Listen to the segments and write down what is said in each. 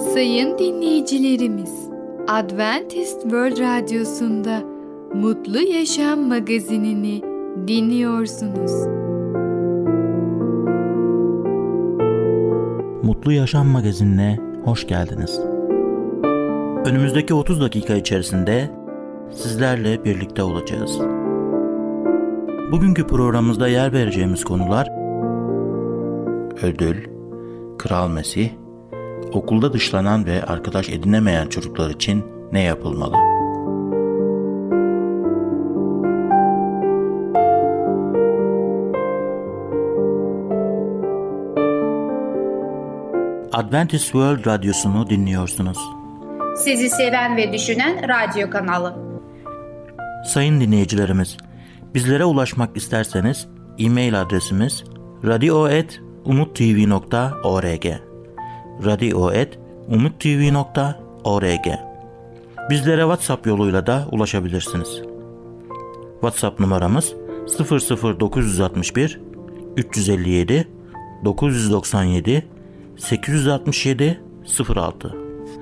Sayın dinleyicilerimiz, Adventist World Radyosu'nda Mutlu Yaşam magazinini dinliyorsunuz. Mutlu Yaşam magazinine hoş geldiniz. Önümüzdeki 30 dakika içerisinde sizlerle birlikte olacağız. Bugünkü programımızda yer vereceğimiz konular: ödül, Kral Mesih, okulda dışlanan ve arkadaş edinemeyen çocuklar için ne yapılmalı? Adventist World Radyosu'nu dinliyorsunuz. Sizi seven ve düşünen radyo kanalı. Sayın dinleyicilerimiz, bizlere ulaşmak isterseniz e-mail adresimiz radio@umuttv.org radio@umuttv.org. Bizlere WhatsApp yoluyla da ulaşabilirsiniz. WhatsApp numaramız 00961 357 997 867 06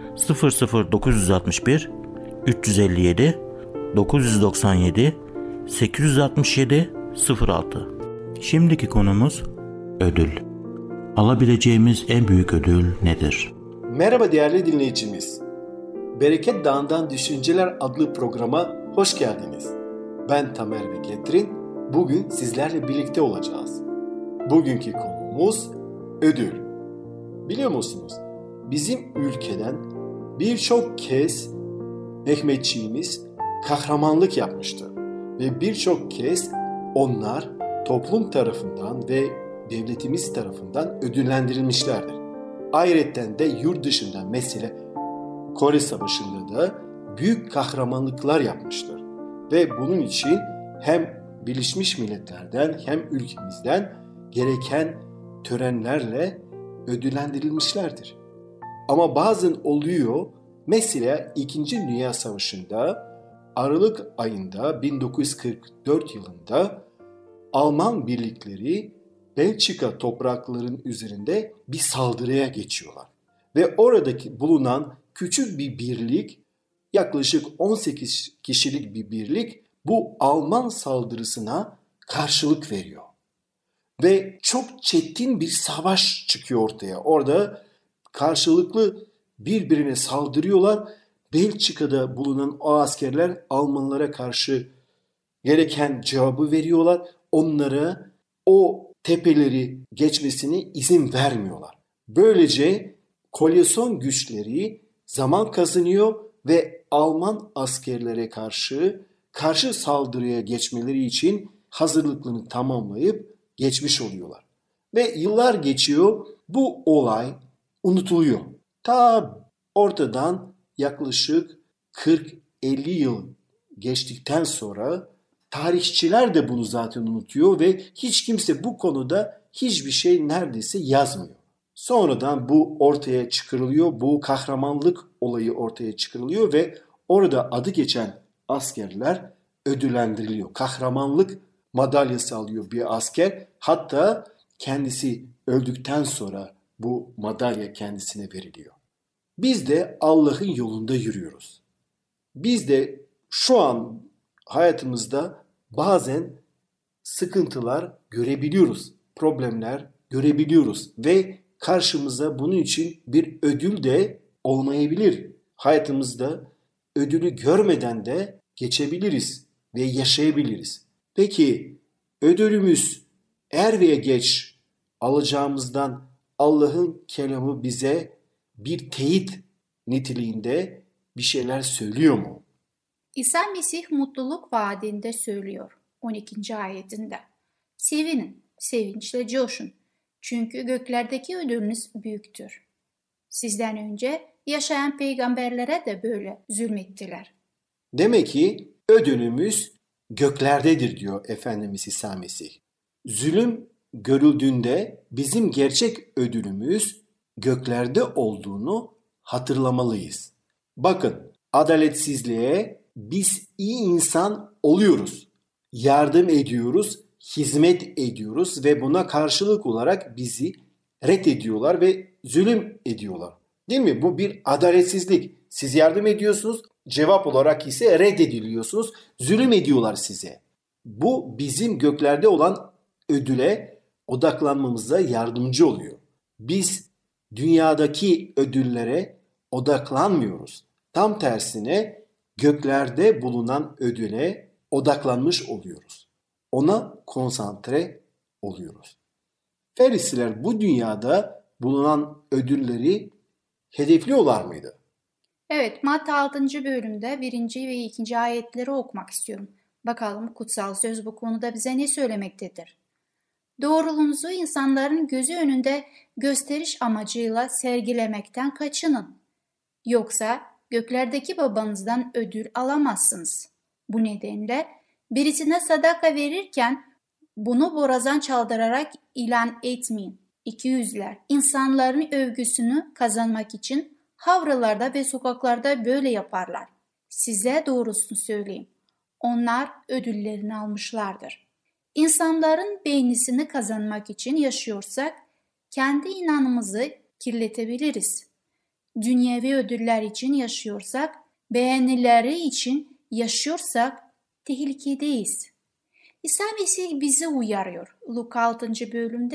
00961 357 997 867 06. Şimdiki konumuz ödül. Alabileceğimiz en büyük ödül nedir? Merhaba değerli dinleyicimiz. Bereket Dağı'ndan Düşünceler adlı programa hoş geldiniz. Ben Tamer ve Getrin. Bugün sizlerle birlikte olacağız. Bugünkü konumuz ödül. Biliyor musunuz? Bizim ülkeden birçok kez Mehmetçiğimiz kahramanlık yapmıştı. Ve birçok kez onlar toplum tarafından ve devletimiz tarafından ödüllendirilmişlerdir. Ayrıca de yurt dışında, mesela Kore Savaşı'nda da büyük kahramanlıklar yapmıştır. Ve bunun için hem Birleşmiş Milletler'den hem ülkemizden gereken törenlerle ödüllendirilmişlerdir. Ama bazen oluyor, mesela 2. Dünya Savaşı'nda Aralık ayında 1944 yılında Alman birlikleri Belçika topraklarının üzerinde bir saldırıya geçiyorlar. Ve oradaki bulunan küçük bir birlik, yaklaşık 18 kişilik bir birlik bu Alman saldırısına karşılık veriyor. Ve çok çetin bir savaş çıkıyor ortaya. Orada karşılıklı birbirine saldırıyorlar. Belçika'da bulunan o askerler Almanlara karşı gereken cevabı veriyorlar. Onlara o tepeleri geçmesine izin vermiyorlar. Böylece koalisyon güçleri zaman kazanıyor ve Alman askerlere karşı saldırıya geçmeleri için hazırlıklarını tamamlayıp geçmiş oluyorlar. Ve yıllar geçiyor, bu olay unutuluyor. Ta ortadan yaklaşık 40-50 yıl geçtikten sonra tarihçiler de bunu zaten unutuyor ve hiç kimse bu konuda hiçbir şey neredeyse yazmıyor. Sonradan bu ortaya çıkarılıyor, bu kahramanlık olayı ortaya çıkarılıyor ve orada adı geçen askerler ödüllendiriliyor. Kahramanlık madalyası alıyor bir asker. Hatta kendisi öldükten sonra bu madalya kendisine veriliyor. Biz de Allah'ın yolunda yürüyoruz. Biz de şu an hayatımızda bazen sıkıntılar görebiliyoruz, problemler görebiliyoruz ve karşımıza bunun için bir ödül de olmayabilir. Hayatımızda ödülü görmeden de geçebiliriz ve yaşayabiliriz. Peki ödülümüz er veya geç alacağımızdan Allah'ın kelamı bize bir teyit niteliğinde bir şeyler söylüyor mu? İsa Mesih mutluluk vaadinde söylüyor 12. ayetinde. Sevinin, sevinçle coşun. Çünkü göklerdeki ödülünüz büyüktür. Sizden önce yaşayan peygamberlere de böyle zulmettiler. Demek ki ödülümüz göklerdedir diyor Efendimiz İsa Mesih. Zulüm görüldüğünde bizim gerçek ödülümüz göklerde olduğunu hatırlamalıyız. Bakın, adaletsizliğe biz iyi insan oluyoruz, yardım ediyoruz, hizmet ediyoruz ve buna karşılık olarak bizi reddediyorlar ve zulüm ediyorlar. Değil mi? Bu bir adaletsizlik. Siz yardım ediyorsunuz, cevap olarak ise reddediliyorsunuz, zulüm ediyorlar size. Bu bizim göklerde olan ödüle odaklanmamıza yardımcı oluyor. Biz dünyadaki ödüllere odaklanmıyoruz. Tam tersine göklerde bulunan ödüle odaklanmış oluyoruz. Ona konsantre oluyoruz. Ferisiler bu dünyada bulunan ödülleri hedefliyorlar mıydı? Evet, Matta 6. bölümde 1. ve 2. ayetleri okumak istiyorum. Bakalım kutsal söz bu konuda bize ne söylemektedir? Doğruluğunuzu insanların gözü önünde gösteriş amacıyla sergilemekten kaçının. Yoksa göklerdeki babanızdan ödül alamazsınız. Bu nedenle birisine sadaka verirken bunu borazan çaldırarak ilan etmeyin. İkiyüzlüler insanların övgüsünü kazanmak için havralarda ve sokaklarda böyle yaparlar. Size doğrusunu söyleyeyim. Onlar ödüllerini almışlardır. İnsanların beğenisini kazanmak için yaşıyorsak kendi inanımızı kirletebiliriz. Dünyevi ödüller için yaşıyorsak, beğenileri için yaşıyorsak tehlikedeyiz. İsa Mesih bizi uyarıyor. Luka 6. bölümde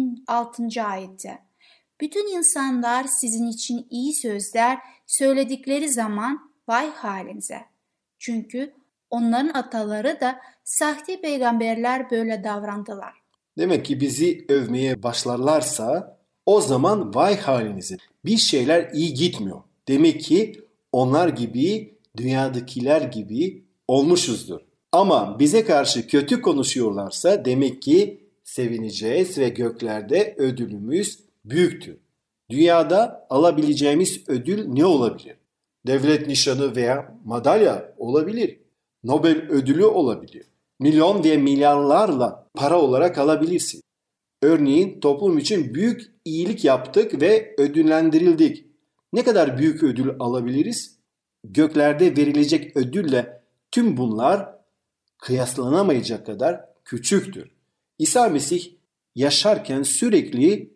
26. ayette. Bütün insanlar sizin için iyi sözler söyledikleri zaman vay halinize. Çünkü onların ataları da sahte peygamberler böyle davrandılar. Demek ki bizi övmeye başlarlarsa o zaman vay halinize. Bir şeyler iyi gitmiyor. Demek ki onlar gibi, dünyadakiler gibi olmuşuzdur. Ama bize karşı kötü konuşuyorlarsa demek ki sevineceğiz ve göklerde ödülümüz büyüktür. Dünyada alabileceğimiz ödül ne olabilir? Devlet nişanı veya madalya olabilir. Nobel ödülü olabilir. Milyon ve milyarlarla para olarak alabilirsin. Örneğin toplum için büyük iyilik yaptık ve ödüllendirildik. Ne kadar büyük ödül alabiliriz? Göklerde verilecek ödülle tüm bunlar kıyaslanamayacak kadar küçüktür. İsa Mesih yaşarken sürekli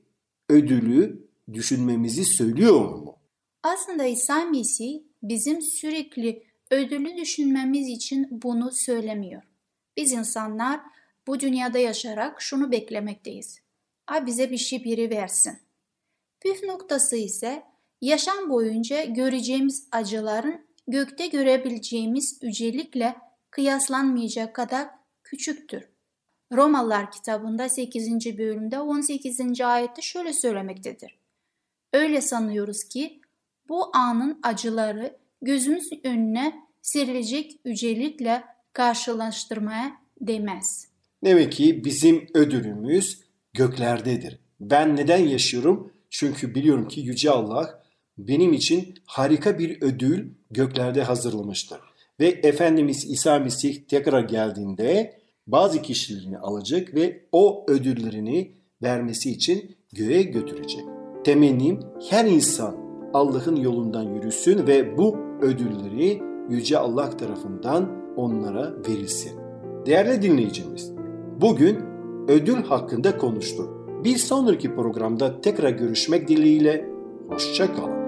ödülü düşünmemizi söylüyor mu? Aslında İsa Mesih bizim sürekli ödülü düşünmemiz için bunu söylemiyor. Biz insanlar bu dünyada yaşayarak şunu beklemekteyiz. Bize bir şey biri versin. Püf noktası ise yaşam boyunca göreceğimiz acıların gökte görebileceğimiz yücelikle kıyaslanmayacak kadar küçüktür. Romalılar kitabında 8. bölümde 18. ayette şöyle söylemektedir. Öyle sanıyoruz ki bu anın acıları gözümüzün önüne serilecek yücelikle karşılaştırmaya değmez. Demek ki bizim ödülümüz göklerdedir. Ben neden yaşıyorum? Çünkü biliyorum ki Yüce Allah benim için harika bir ödül göklerde hazırlamıştır. Ve Efendimiz İsa Mesih tekrar geldiğinde bazı kişilerini alacak ve o ödüllerini vermesi için göğe götürecek. Temennim her insan Allah'ın yolundan yürüsün ve bu ödülleri Yüce Allah tarafından onlara verilsin. Değerli dinleyicimiz, bugün ödül hakkında konuştuk. Bir sonraki programda tekrar görüşmek dileğiyle, hoşça kalın.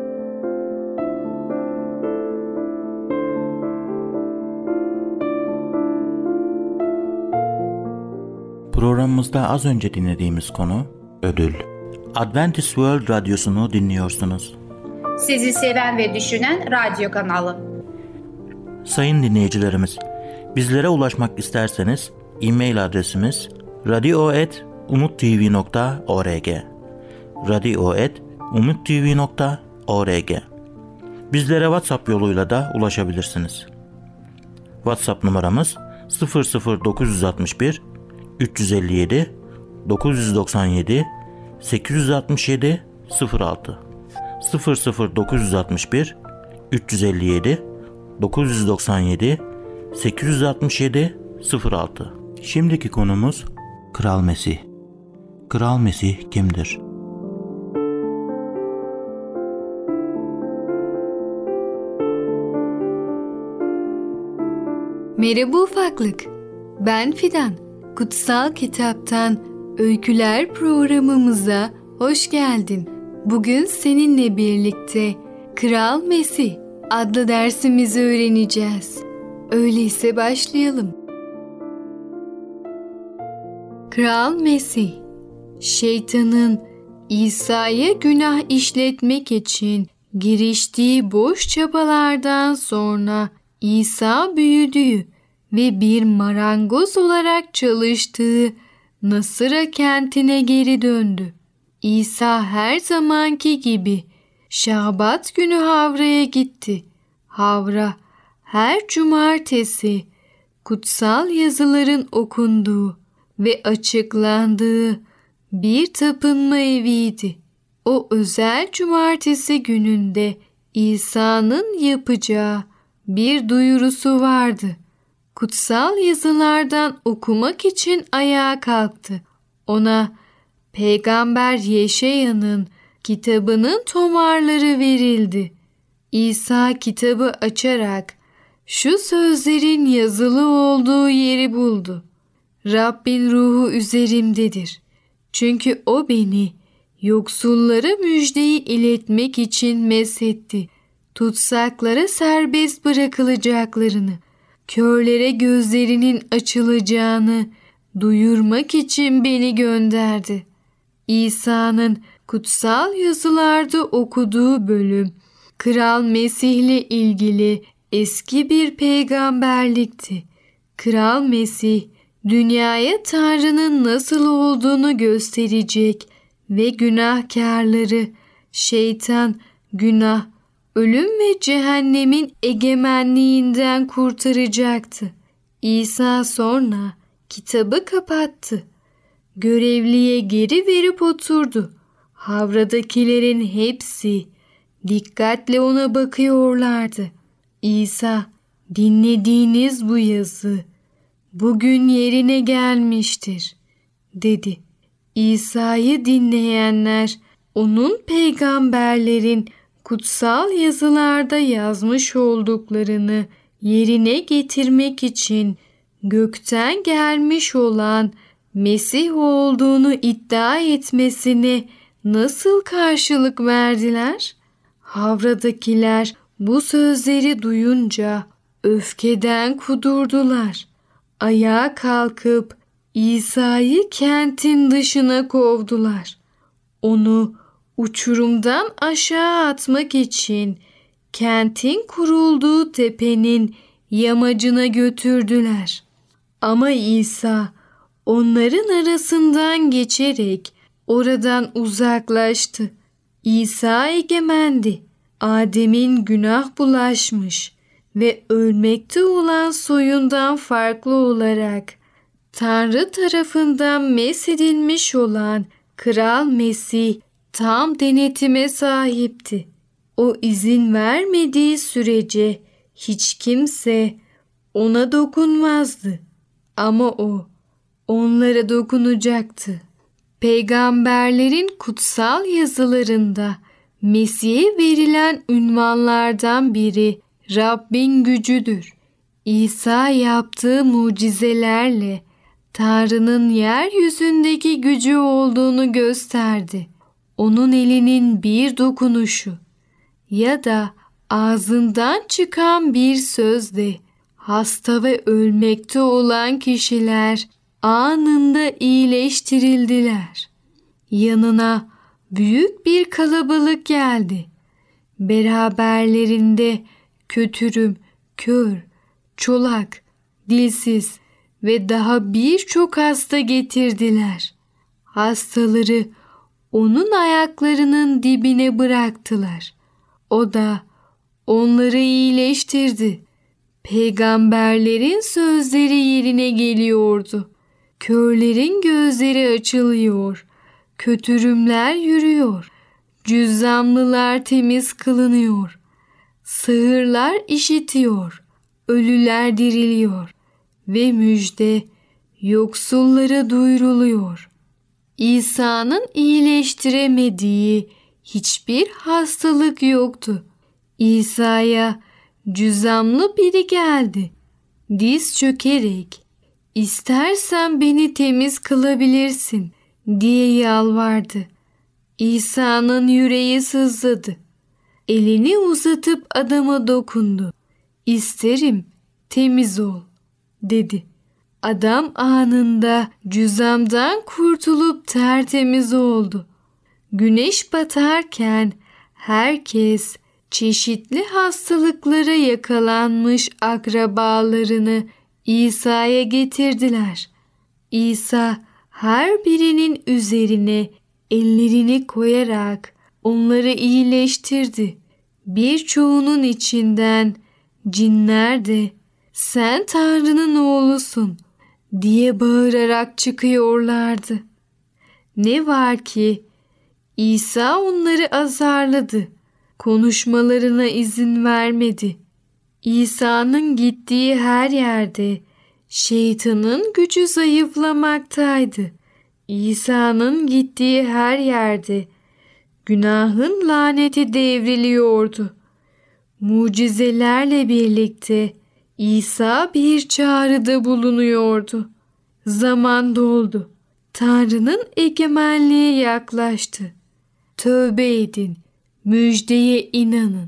Programımızda az önce dinlediğimiz konu ödül. Adventist World Radyosu'nu dinliyorsunuz. Sizi seven ve düşünen radyo kanalı. Sayın dinleyicilerimiz, bizlere ulaşmak isterseniz e-mail adresimiz radio@umuttv.org radio@umuttv.org. Bizlere WhatsApp yoluyla da ulaşabilirsiniz. WhatsApp numaramız 00961 357 997 867 06 00961 357 997 867 06. Şimdiki konumuz Kral Mesih. Kral Mesih kimdir? Merhaba ufaklık. Ben Fidan. Kutsal Kitaptan Öyküler programımıza hoş geldin. Bugün seninle birlikte Kral Mesih adlı dersimizi öğreneceğiz. Öyleyse başlayalım. Kral Mesih, şeytanın İsa'ya günah işletmek için giriştiği boş çabalardan sonra İsa büyüdüğü ve bir marangoz olarak çalıştığı Nasıra kentine geri döndü. İsa her zamanki gibi Şabat günü Havra'ya gitti. Havra her cumartesi kutsal yazıların okunduğu ve açıklandığı bir tapınma eviydi. O özel cumartesi gününde İsa'nın yapacağı bir duyurusu vardı. Kutsal yazılardan okumak için ayağa kalktı. Ona Peygamber Yeşaya'nın kitabının tomarları verildi. İsa kitabı açarak şu sözlerin yazılı olduğu yeri buldu. Rabbin ruhu üzerimdedir. Çünkü o beni yoksullara müjdeyi iletmek için mesetti. Tutsaklara serbest bırakılacaklarını, körlere gözlerinin açılacağını duyurmak için beni gönderdi. İsa'nın kutsal yazılarda okuduğu bölüm, Kral Mesih'le ilgili eski bir peygamberlikti. Kral Mesih, dünyaya Tanrı'nın nasıl olduğunu gösterecek ve günahkarları, şeytan, günah, ölüm ve cehennemin egemenliğinden kurtaracaktı. İsa sonra kitabı kapattı. Görevliye geri verip oturdu. Havradakilerin hepsi dikkatle ona bakıyorlardı. İsa, dinlediğiniz bu yazı bugün yerine gelmiştir, dedi. İsa'yı dinleyenler onun peygamberlerin kutsal yazılarda yazmış olduklarını yerine getirmek için gökten gelmiş olan Mesih olduğunu iddia etmesine nasıl karşılık verdiler? Havradakiler bu sözleri duyunca öfkeden kudurdular. Ayağa kalkıp İsa'yı kentin dışına kovdular. Onu uçurumdan aşağı atmak için kentin kurulduğu tepenin yamacına götürdüler. Ama İsa onların arasından geçerek oradan uzaklaştı. İsa egemendi. Adem'in günah bulaşmış ve ölmekte olan soyundan farklı olarak Tanrı tarafından mesedilmiş olan Kral Mesih tam denetime sahipti. O izin vermediği sürece hiç kimse ona dokunmazdı. Ama o onlara dokunacaktı. Peygamberlerin kutsal yazılarında Mesih'e verilen ünvanlardan biri Rabbin gücüdür. İsa yaptığı mucizelerle Tanrı'nın yeryüzündeki gücü olduğunu gösterdi. Onun elinin bir dokunuşu ya da ağzından çıkan bir sözle hasta ve ölmekte olan kişiler anında iyileştirildiler. Yanına büyük bir kalabalık geldi. Beraberlerinde kötürüm, kör, çolak, dilsiz ve daha birçok hasta getirdiler. Hastaları onun ayaklarının dibine bıraktılar. O da onları iyileştirdi. Peygamberlerin sözleri yerine geliyordu. Körlerin gözleri açılıyor. Kötürümler yürüyor. Cüzzamlılar temiz kılınıyor. Sağırlar işitiyor. Ölüler diriliyor. Ve müjde yoksullara duyuruluyor. İsa'nın iyileştiremediği hiçbir hastalık yoktu. İsa'ya cüzzamlı biri geldi. Diz çökerek, "İstersen beni temiz kılabilirsin," diye yalvardı. İsa'nın yüreği sızladı. Elini uzatıp adama dokundu. "İsterim, temiz ol," dedi. Adam anında cüzamdan kurtulup tertemiz oldu. Güneş batarken herkes çeşitli hastalıklara yakalanmış akrabalarını İsa'ya getirdiler. İsa her birinin üzerine ellerini koyarak onları iyileştirdi. Birçoğunun içinden cinler de "Sen Tanrı'nın oğlusun," diye bağırarak çıkıyorlardı. Ne var ki İsa onları azarladı. Konuşmalarına izin vermedi. İsa'nın gittiği her yerde şeytanın gücü zayıflamaktaydı. İsa'nın gittiği her yerde günahın laneti devriliyordu. Mucizelerle birlikte İsa bir çağrıda bulunuyordu. Zaman doldu. Tanrı'nın egemenliği yaklaştı. Tövbe edin, müjdeye inanın.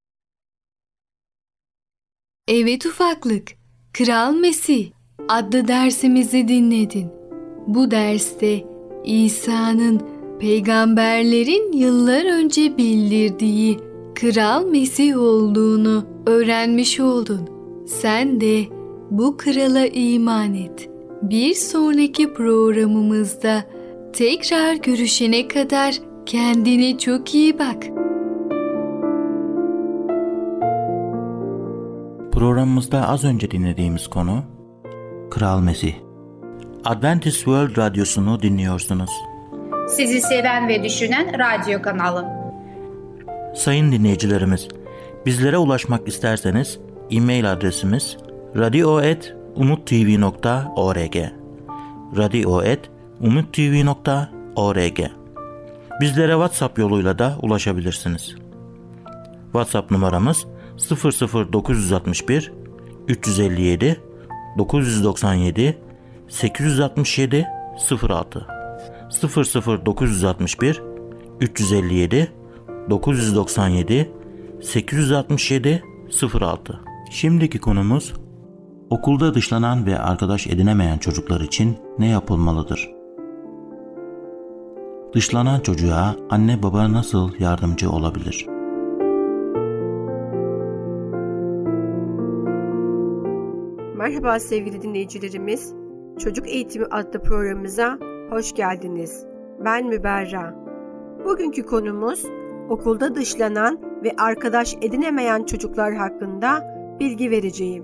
Evet ufaklık, Kral Mesih adlı dersimizi dinledin. Bu derste İsa'nın peygamberlerin yıllar önce bildirdiği Kral Mesih olduğunu öğrenmiş oldun. Sen de bu krala iman et. Bir sonraki programımızda tekrar görüşene kadar kendine çok iyi bak. Programımızda az önce dinlediğimiz konu Kral Mesih. Adventist World Radyosu'nu dinliyorsunuz. Sizi seven ve düşünen radyo kanalı. Sayın dinleyicilerimiz, bizlere ulaşmak isterseniz e-mail adresimiz radio@umuttv.org radio@umuttv.org. Bizlere WhatsApp yoluyla da ulaşabilirsiniz. WhatsApp numaramız 00961 357 997 867 06 00961 357 997 867 06. Şimdiki konumuz okulda dışlanan ve arkadaş edinemeyen çocuklar için ne yapılmalıdır? Dışlanan çocuğa anne baba nasıl yardımcı olabilir? Merhaba sevgili dinleyicilerimiz. Çocuk Eğitimi adlı programımıza hoş geldiniz. Ben Müberra. Bugünkü konumuz okulda dışlanan ve arkadaş edinemeyen çocuklar hakkında bilgi vereceğim.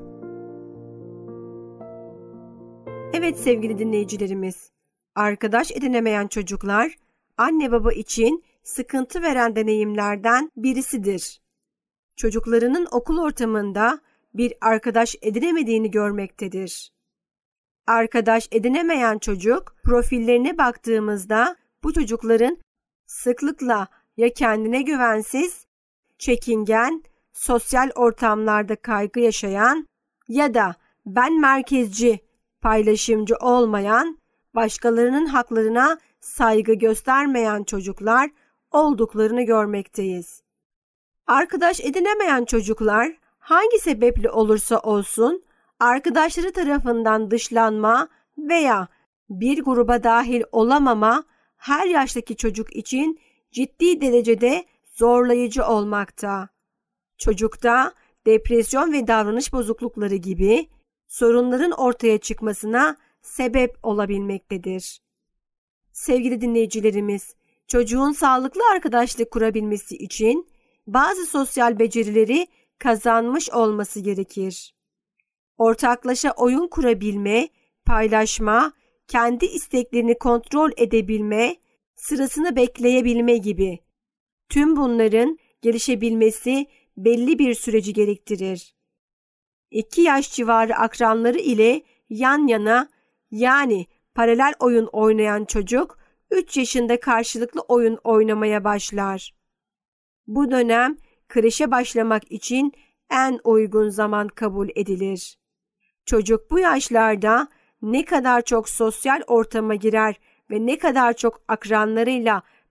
Evet sevgili dinleyicilerimiz, arkadaş edinemeyen çocuklar anne baba için sıkıntı veren deneyimlerden birisidir. Çocuklarının okul ortamında bir arkadaş edinemediğini görmektedir. Arkadaş edinemeyen çocuk profillerine baktığımızda bu çocukların sıklıkla ya kendine güvensiz, çekingen, sosyal ortamlarda kaygı yaşayan ya da ben merkezci, paylaşımcı olmayan, başkalarının haklarına saygı göstermeyen çocuklar olduklarını görmekteyiz. Arkadaş edinemeyen çocuklar hangi sebeple olursa olsun arkadaşları tarafından dışlanma veya bir gruba dahil olamama her yaştaki çocuk için ciddi derecede zorlayıcı olmakta. Çocukta depresyon ve davranış bozuklukları gibi sorunların ortaya çıkmasına sebep olabilmektedir. Sevgili dinleyicilerimiz, çocuğun sağlıklı arkadaşlık kurabilmesi için bazı sosyal becerileri kazanmış olması gerekir. Ortaklaşa oyun kurabilme, paylaşma, kendi isteklerini kontrol edebilme, sırasını bekleyebilme gibi. Tüm bunların gelişebilmesi belli bir süreci gerektirir. 2 yaş civarı akranları ile yan yana yani paralel oyun oynayan çocuk 3 yaşında karşılıklı oyun oynamaya başlar. Bu dönem kreşe başlamak için en uygun zaman kabul edilir. Çocuk bu yaşlarda ne kadar çok sosyal ortama girer ve ne kadar çok akranlarıyla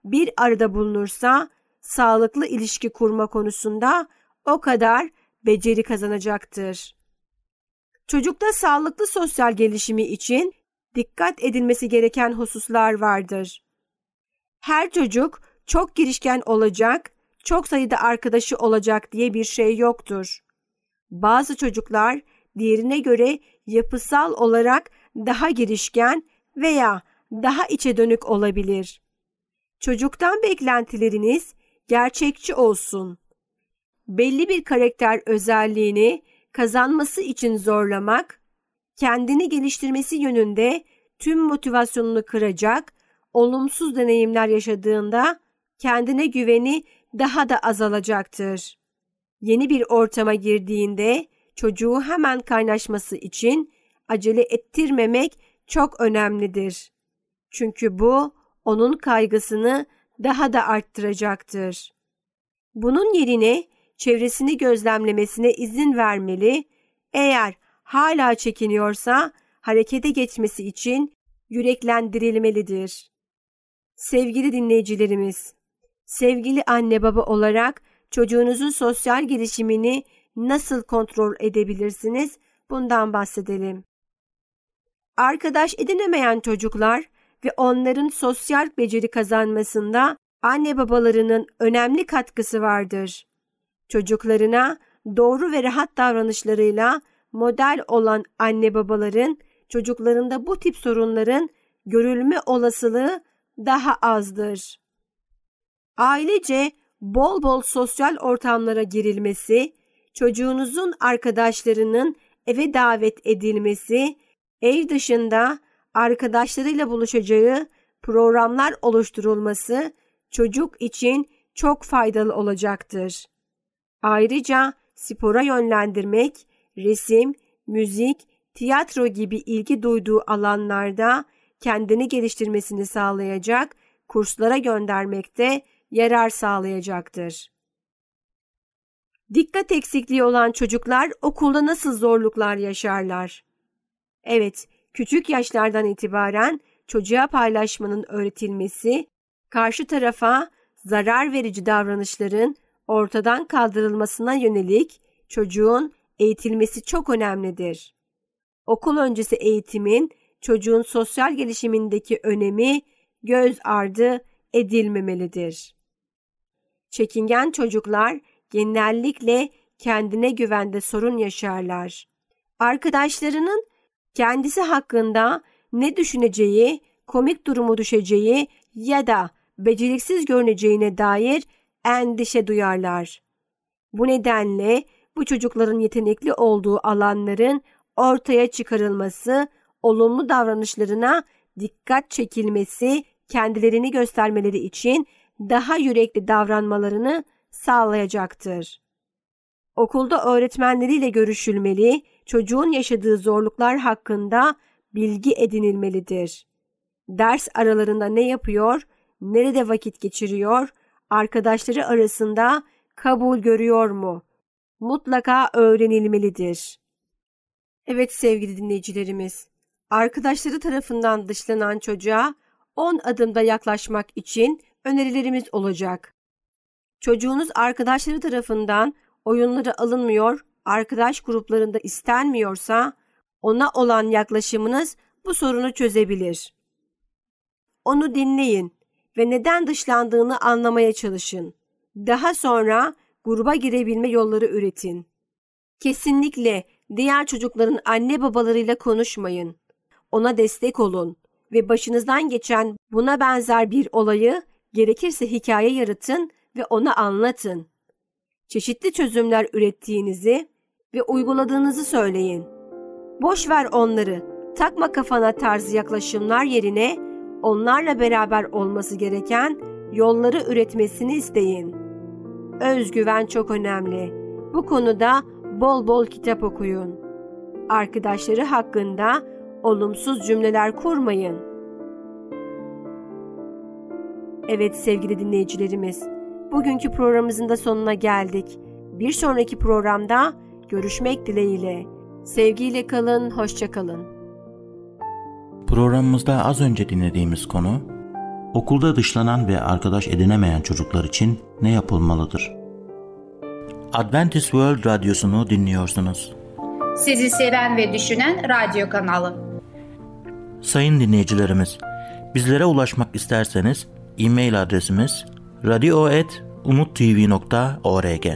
bir arada bulunursa sağlıklı ilişki kurma konusunda o kadar beceri kazanacaktır. Çocukta sağlıklı sosyal gelişimi için dikkat edilmesi gereken hususlar vardır. Her çocuk çok girişken olacak, çok sayıda arkadaşı olacak diye bir şey yoktur. Bazı çocuklar diğerine göre yapısal olarak daha girişken veya daha içe dönük olabilir. Çocuktan beklentileriniz gerçekçi olsun. Belli bir karakter özelliğini kazanması için zorlamak, kendini geliştirmesi yönünde tüm motivasyonunu kıracak, olumsuz deneyimler yaşadığında kendine güveni daha da azalacaktır. Yeni bir ortama girdiğinde çocuğu hemen kaynaşması için acele ettirmemek çok önemlidir. Çünkü bu onun kaygısını daha da arttıracaktır. Bunun yerine çevresini gözlemlemesine izin vermeli, eğer hala çekiniyorsa harekete geçmesi için yüreklendirilmelidir. Sevgili dinleyicilerimiz, sevgili anne baba olarak çocuğunuzun sosyal gelişimini nasıl kontrol edebilirsiniz? Bundan bahsedelim. Arkadaş edinemeyen çocuklar ve onların sosyal beceri kazanmasında anne babalarının önemli katkısı vardır. Çocuklarına doğru ve rahat davranışlarıyla model olan anne babaların çocuklarında bu tip sorunların görülme olasılığı daha azdır. Ailece bol bol sosyal ortamlara girilmesi, çocuğunuzun arkadaşlarının eve davet edilmesi, ev dışında arkadaşlarıyla buluşacağı programlar oluşturulması çocuk için çok faydalı olacaktır. Ayrıca spora yönlendirmek, resim, müzik, tiyatro gibi ilgi duyduğu alanlarda kendini geliştirmesini sağlayacak kurslara göndermekte yarar sağlayacaktır. Dikkat eksikliği olan çocuklar okulda nasıl zorluklar yaşarlar? Evet, küçük yaşlardan itibaren çocuğa paylaşmanın öğretilmesi, karşı tarafa zarar verici davranışların ortadan kaldırılmasına yönelik çocuğun eğitilmesi çok önemlidir. Okul öncesi eğitimin çocuğun sosyal gelişimindeki önemi göz ardı edilmemelidir. Çekingen çocuklar genellikle kendine güvende sorun yaşarlar. Arkadaşlarının kendisi hakkında ne düşüneceği, komik durumu düşeceği ya da beceriksiz görüneceğine dair endişe duyarlar. Bu nedenle bu çocukların yetenekli olduğu alanların ortaya çıkarılması, olumlu davranışlarına dikkat çekilmesi, kendilerini göstermeleri için daha yürekli davranmalarını sağlayacaktır. Okulda öğretmenleriyle görüşülmeli, çocuğun yaşadığı zorluklar hakkında bilgi edinilmelidir. Ders aralarında ne yapıyor, nerede vakit geçiriyor, arkadaşları arasında kabul görüyor mu? Mutlaka öğrenilmelidir. Evet sevgili dinleyicilerimiz, arkadaşları tarafından dışlanan çocuğa 10 adımda yaklaşmak için önerilerimiz olacak. Çocuğunuz arkadaşları tarafından oyunlara alınmıyor, arkadaş gruplarında istenmiyorsa ona olan yaklaşımınız bu sorunu çözebilir. Onu dinleyin ve neden dışlandığını anlamaya çalışın. Daha sonra gruba girebilme yolları üretin. Kesinlikle diğer çocukların anne babalarıyla konuşmayın. Ona destek olun ve başınızdan geçen buna benzer bir olayı gerekirse hikaye yaratın ve ona anlatın. Çeşitli çözümler ürettiğinizi ve uyguladığınızı söyleyin. Boş ver onları, takma kafana tarzı yaklaşımlar yerine onlarla beraber olması gereken yolları üretmesini isteyin. Özgüven çok önemli. Bu konuda bol bol kitap okuyun. Arkadaşları hakkında olumsuz cümleler kurmayın. Evet sevgili dinleyicilerimiz, bugünkü programımızın da sonuna geldik. Bir sonraki programda görüşmek dileğiyle. Sevgiyle kalın, hoşça kalın. Programımızda az önce dinlediğimiz konu, Okulda dışlanan ve arkadaş edinemeyen çocuklar için ne yapılmalıdır? Adventist World Radyosu'nu dinliyorsunuz. Sizi seven ve düşünen radyo kanalı. Sayın dinleyicilerimiz, bizlere ulaşmak isterseniz e-mail adresimiz radio@umuttv.org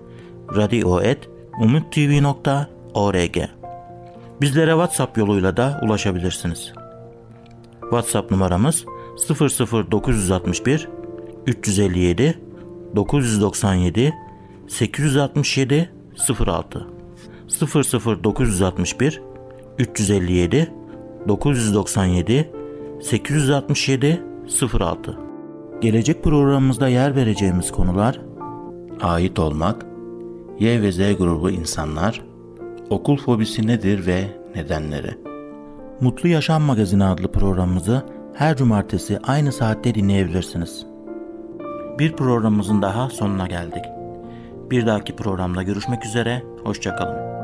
radio@umuttv.org. Bizlere WhatsApp yoluyla da ulaşabilirsiniz. WhatsApp numaramız 00961 357 997 867 06 00961 357 997 867 06. Gelecek programımızda yer vereceğimiz konular: ait olmak, Y ve Z grubu insanlar, okul fobisi nedir ve nedenleri. Mutlu Yaşam Magazini adlı programımızı her cumartesi aynı saatte dinleyebilirsiniz. Bir programımızın daha sonuna geldik. Bir dahaki programda görüşmek üzere, hoşça kalın.